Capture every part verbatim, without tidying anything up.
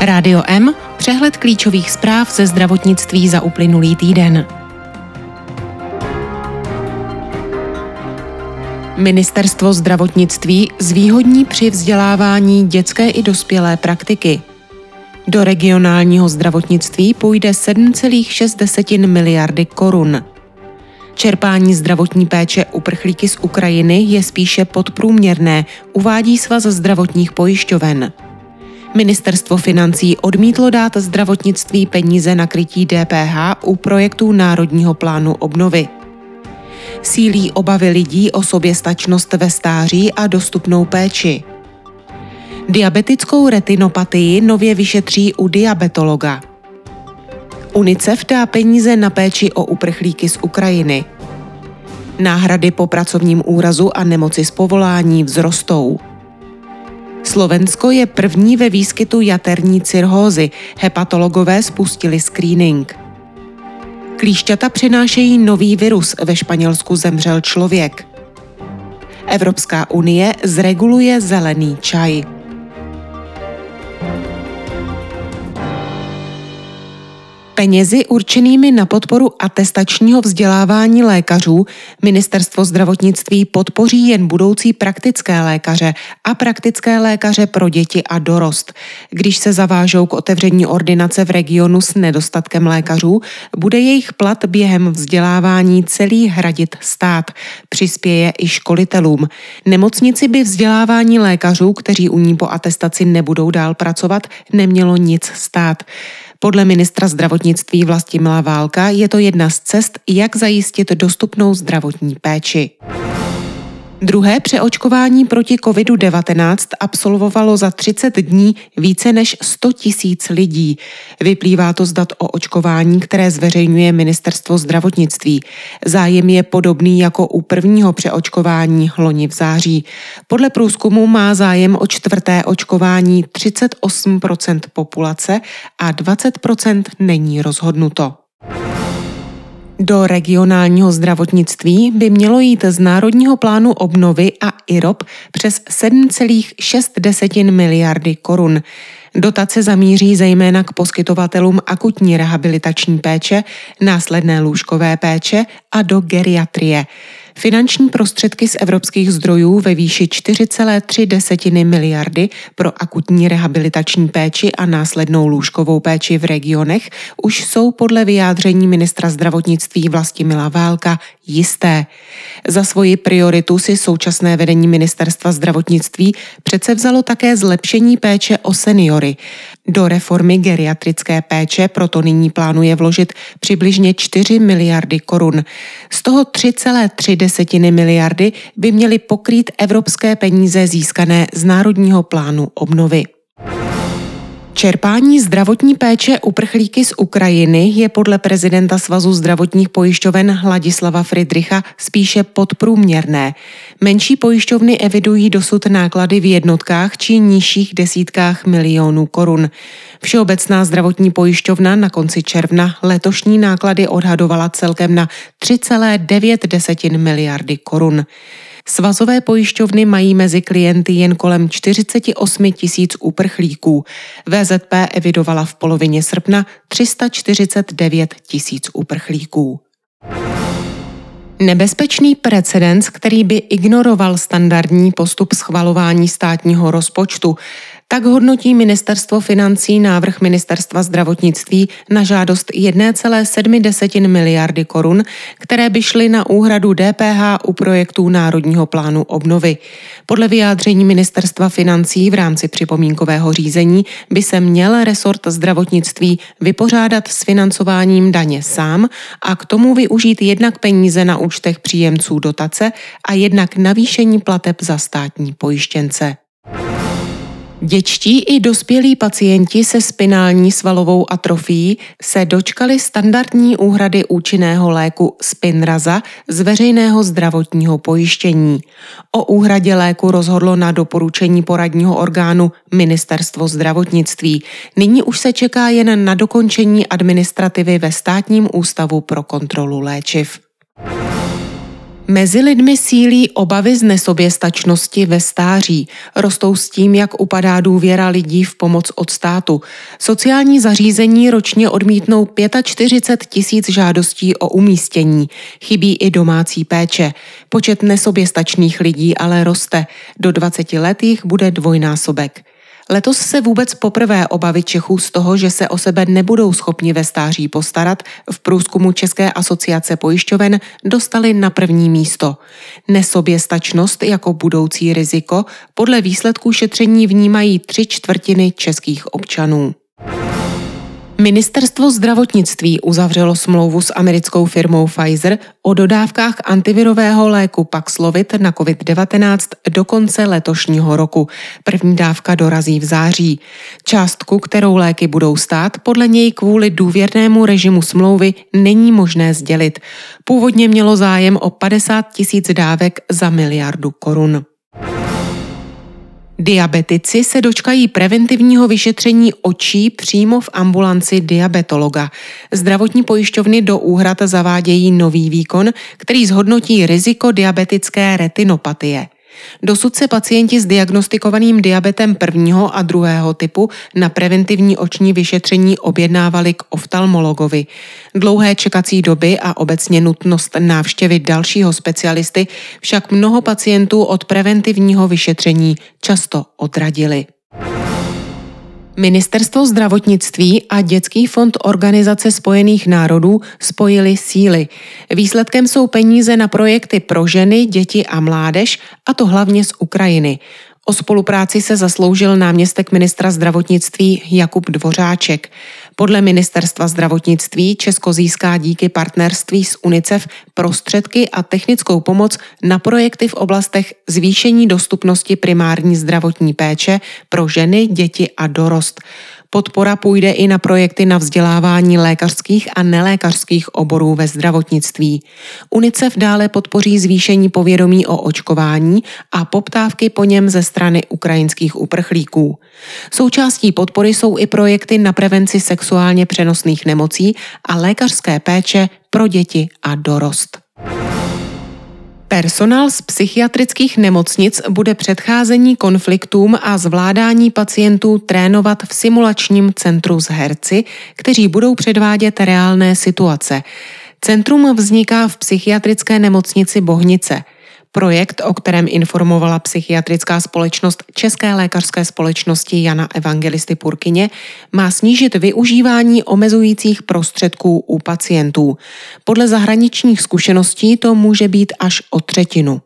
Rádio M, přehled klíčových zpráv ze zdravotnictví za uplynulý týden. Ministerstvo zdravotnictví zvýhodní při vzdělávání dětské i dospělé praktiky. Do regionálního zdravotnictví půjde sedm celá šest miliardy korun. Čerpání zdravotní péče uprchlíky z Ukrajiny je spíše podprůměrné, uvádí Svaz zdravotních pojišťoven. Ministerstvo financí odmítlo dát zdravotnictví peníze na krytí D P H u projektů Národního plánu obnovy. Sílí obavy lidí o soběstačnost ve stáří a dostupnou péči. Diabetickou retinopatii nově vyšetří u diabetologa. UNICEF dá peníze na péči o uprchlíky z Ukrajiny. Náhrady po pracovním úrazu a nemoci z povolání vzrostou. Slovensko je první ve výskytu jaterní cirhózy. Hepatologové spustili screening. Klíšťata přinášejí nový virus, ve Španělsku zemřel člověk. Evropská unie zreguluje zelený čaj. Penězi určenými na podporu atestačního vzdělávání lékařů Ministerstvo zdravotnictví podpoří jen budoucí praktické lékaře a praktické lékaře pro děti a dorost. Když se zavážou k otevření ordinace v regionu s nedostatkem lékařů, bude jejich plat během vzdělávání celý hradit stát. Přispěje i školitelům. Nemocnici by vzdělávání lékařů, kteří u ní po atestaci nebudou dál pracovat, nemělo nic stát. Podle ministra zdravotnictví Vlastimila Válka je to jedna z cest, jak zajistit dostupnou zdravotní péči. Druhé přeočkování proti kovidu devatenáct absolvovalo za třicet dní více než sto tisíc lidí. Vyplývá to z dat o očkování, které zveřejňuje Ministerstvo zdravotnictví. Zájem je podobný jako u prvního přeočkování loni v září. Podle průzkumu má zájem o čtvrté očkování třicet osm procent populace a dvacet procent není rozhodnuto. Do regionálního zdravotnictví by mělo jít z Národního plánu obnovy a I R O P přes sedm celá šest miliardy korun. Dotace zamíří zejména k poskytovatelům akutní rehabilitační péče, následné lůžkové péče a do geriatrie. Finanční prostředky z evropských zdrojů ve výši čtyři celá tři miliardy pro akutní rehabilitační péči a následnou lůžkovou péči v regionech už jsou podle vyjádření ministra zdravotnictví Vlastimila Válka jisté. Za svoji prioritu si současné vedení ministerstva zdravotnictví předsevzalo také zlepšení péče o seniory. Do reformy geriatrické péče proto nyní plánuje vložit přibližně čtyři miliardy korun. Z toho tři celá tři miliardy by měly pokrýt evropské peníze získané z Národního plánu obnovy. Čerpání zdravotní péče uprchlíky z Ukrajiny je podle prezidenta Svazu zdravotních pojišťoven Ladislava Friedricha spíše podprůměrné. Menší pojišťovny evidují dosud náklady v jednotkách či nižších desítkách milionů korun. Všeobecná zdravotní pojišťovna na konci června letošní náklady odhadovala celkem na tři celá devět miliardy korun. Svazové pojišťovny mají mezi klienty jen kolem čtyřicet osm tisíc uprchlíků. V Z P evidovala v polovině srpna tři sta čtyřicet devět tisíc uprchlíků. Nebezpečný precedens, který by ignoroval standardní postup schvalování státního rozpočtu, tak hodnotí Ministerstvo financí návrh Ministerstva zdravotnictví na žádost jedna celá sedm miliardy korun, které by šly na úhradu D P H u projektů Národního plánu obnovy. Podle vyjádření Ministerstva financí v rámci připomínkového řízení by se měl resort zdravotnictví vypořádat s financováním daně sám a k tomu využít jednak peníze na účtech příjemců dotace a jednak navýšení plateb za státní pojištěnce. Dětští i dospělí pacienti se spinální svalovou atrofií se dočkali standardní úhrady účinného léku Spinraza z veřejného zdravotního pojištění. O úhradě léku rozhodlo na doporučení poradního orgánu Ministerstvo zdravotnictví. Nyní už se čeká jen na dokončení administrativy ve Státním ústavu pro kontrolu léčiv. Mezi lidmi sílí obavy z nesoběstačnosti ve stáří. Rostou s tím, jak upadá důvěra lidí v pomoc od státu. Sociální zařízení ročně odmítnou čtyřicet pět tisíc žádostí o umístění. Chybí i domácí péče. Počet nesoběstačných lidí ale roste. Do dvaceti let jich bude dvojnásobek. Letos se vůbec poprvé obavy Čechů z toho, že se o sebe nebudou schopni ve stáří postarat, v průzkumu České asociace pojišťoven dostali na první místo. Nesoběstačnost jako budoucí riziko podle výsledků šetření vnímají tři čtvrtiny českých občanů. Ministerstvo zdravotnictví uzavřelo smlouvu s americkou firmou Pfizer o dodávkách antivirového léku Paxlovid na covid devatenáct do konce letošního roku. První dávka dorazí v září. Částku, kterou léky budou stát, podle něj kvůli důvěrnému režimu smlouvy není možné sdělit. Původně mělo zájem o padesát tisíc dávek za miliardu korun. Diabetici se dočkají preventivního vyšetření očí přímo v ambulanci diabetologa. Zdravotní pojišťovny do úhrad zavádějí nový výkon, který zhodnotí riziko diabetické retinopatie. Dosud se pacienti s diagnostikovaným diabetem prvního a druhého typu na preventivní oční vyšetření objednávali k oftalmologovi. Dlouhé čekací doby a obecně nutnost návštěvy dalšího specialisty však mnoho pacientů od preventivního vyšetření často odradili. Ministerstvo zdravotnictví a Dětský fond Organizace spojených národů spojili síly. Výsledkem jsou peníze na projekty pro ženy, děti a mládež, a to hlavně z Ukrajiny. O spolupráci se zasloužil náměstek ministra zdravotnictví Jakub Dvořáček. Podle ministerstva zdravotnictví Česko získá díky partnerství s UNICEF prostředky a technickou pomoc na projekty v oblastech zvýšení dostupnosti primární zdravotní péče pro ženy, děti a dorost. Podpora půjde i na projekty na vzdělávání lékařských a nelékařských oborů ve zdravotnictví. UNICEF dále podpoří zvýšení povědomí o očkování a poptávky po něm ze strany ukrajinských uprchlíků. Součástí podpory jsou i projekty na prevenci sexuálně přenosných nemocí a lékařské péče pro děti a dorost. Personál z psychiatrických nemocnic bude předcházení konfliktům a zvládání pacientů trénovat v simulačním centru s herci, kteří budou předvádět reálné situace. Centrum vzniká v psychiatrické nemocnici Bohnice. Projekt, o kterém informovala psychiatrická společnost České lékařské společnosti Jana Evangelisty Purkyně, má snížit využívání omezujících prostředků u pacientů. Podle zahraničních zkušeností to může být až o třetinu.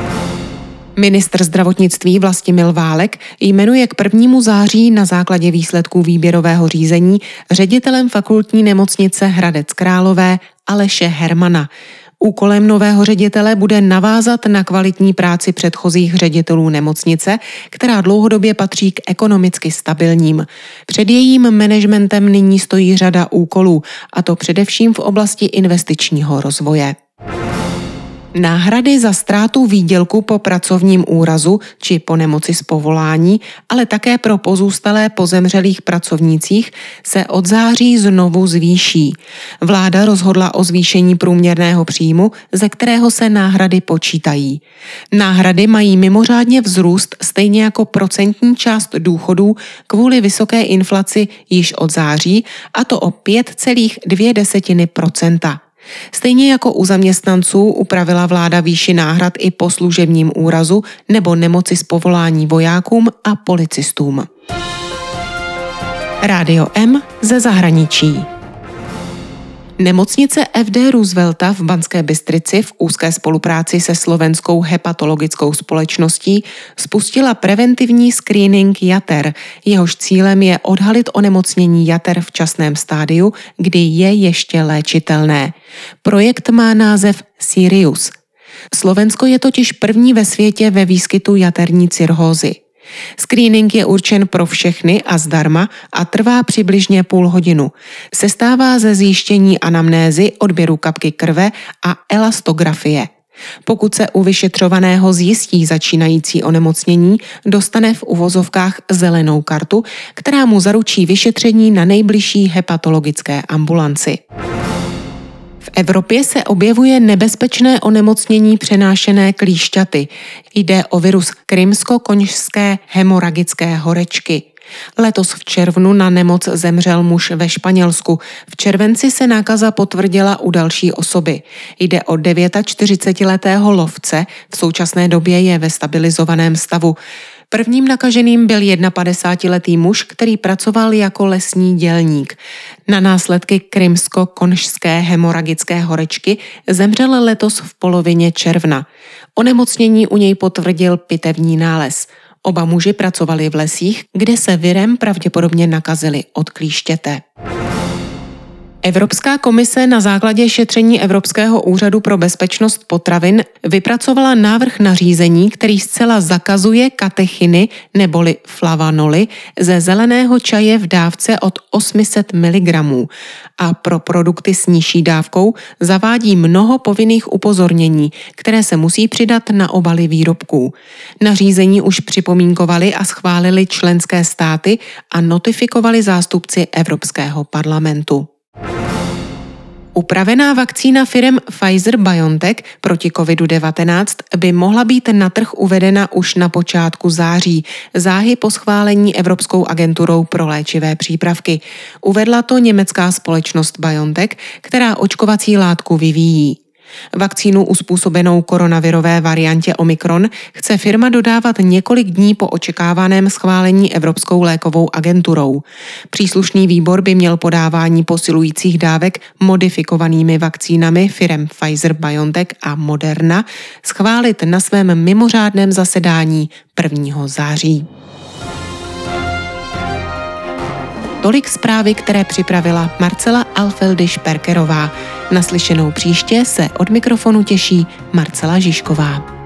Ministr zdravotnictví Vlastimil Válek jmenuje k prvnímu září na základě výsledků výběrového řízení ředitelem fakultní nemocnice Hradec Králové Aleše Hermana. Úkolem nového ředitele bude navázat na kvalitní práci předchozích ředitelů nemocnice, která dlouhodobě patří k ekonomicky stabilním. Před jejím managementem nyní stojí řada úkolů, a to především v oblasti investičního rozvoje. Náhrady za ztrátu výdělku po pracovním úrazu či po nemoci z povolání, ale také pro pozůstalé po zemřelých pracovnících se od září znovu zvýší. Vláda rozhodla o zvýšení průměrného příjmu, ze kterého se náhrady počítají. Náhrady mají mimořádně vzrůst stejně jako procentní část důchodů kvůli vysoké inflaci již od září, a to o pět celá dvě desetiny procenta. Stejně jako u zaměstnanců upravila vláda výši náhrad i po služebním úrazu nebo nemoci z povolání vojákům a policistům. Rádio M ze zahraničí. Nemocnice F D Roosevelta v Banské Bystrici v úzké spolupráci se Slovenskou hepatologickou společností spustila preventivní screening jater. Jehož cílem je odhalit onemocnění jater v časném stádiu, kdy je ještě léčitelné. Projekt má název Sirius. Slovensko je totiž první ve světě ve výskytu jaterní cirhózy. Screening je určen pro všechny a zdarma a trvá přibližně půl hodinu. Sestává ze zjištění anamnézy, odběru kapky krve a elastografie. Pokud se u vyšetřovaného zjistí začínající onemocnění, dostane v uvozovkách zelenou kartu, která mu zaručí vyšetření na nejbližší hepatologické ambulanci. V V Evropě se objevuje nebezpečné onemocnění přenášené klíšťaty. Jde o virus krymsko-konžské hemoragické horečky. Letos v červnu na nemoc zemřel muž ve Španělsku. V červenci se nákaza potvrdila u další osoby. Jde o čtyřicetidevítiletého lovce, v současné době je ve stabilizovaném stavu. Prvním nakaženým byl padesátiletý muž, který pracoval jako lesní dělník. Na následky krymsko-konžské hemoragické horečky zemřel letos v polovině června. Onemocnění u něj potvrdil pitevní nález. Oba muži pracovali v lesích, kde se virem pravděpodobně nakazili od klíštěte. Evropská komise na základě šetření Evropského úřadu pro bezpečnost potravin vypracovala návrh nařízení, který zcela zakazuje katechiny neboli flavanoly ze zeleného čaje v dávce od osm set miligramů a pro produkty s nižší dávkou zavádí mnoho povinných upozornění, které se musí přidat na obaly výrobků. Nařízení už připomínkovali a schválili členské státy a notifikovali zástupci Evropského parlamentu. Upravená vakcína firem Pfizer-BioNTech proti kovidu devatenáct by mohla být na trh uvedena už na počátku září, záhy po schválení Evropskou agenturou pro léčivé přípravky. Uvedla to německá společnost BioNTech, která očkovací látku vyvíjí. Vakcínu uzpůsobenou koronavirové variantě Omikron chce firma dodávat několik dní po očekávaném schválení Evropskou lékovou agenturou. Příslušný výbor by měl podávání posilujících dávek modifikovanými vakcínami firem Pfizer-BioNTech a Moderna schválit na svém mimořádném zasedání prvního září. Tolik zprávy, které připravila Marcela Alfeldy-Šperkerová. Naslyšenou příště se od mikrofonu těší Marcela Žižková.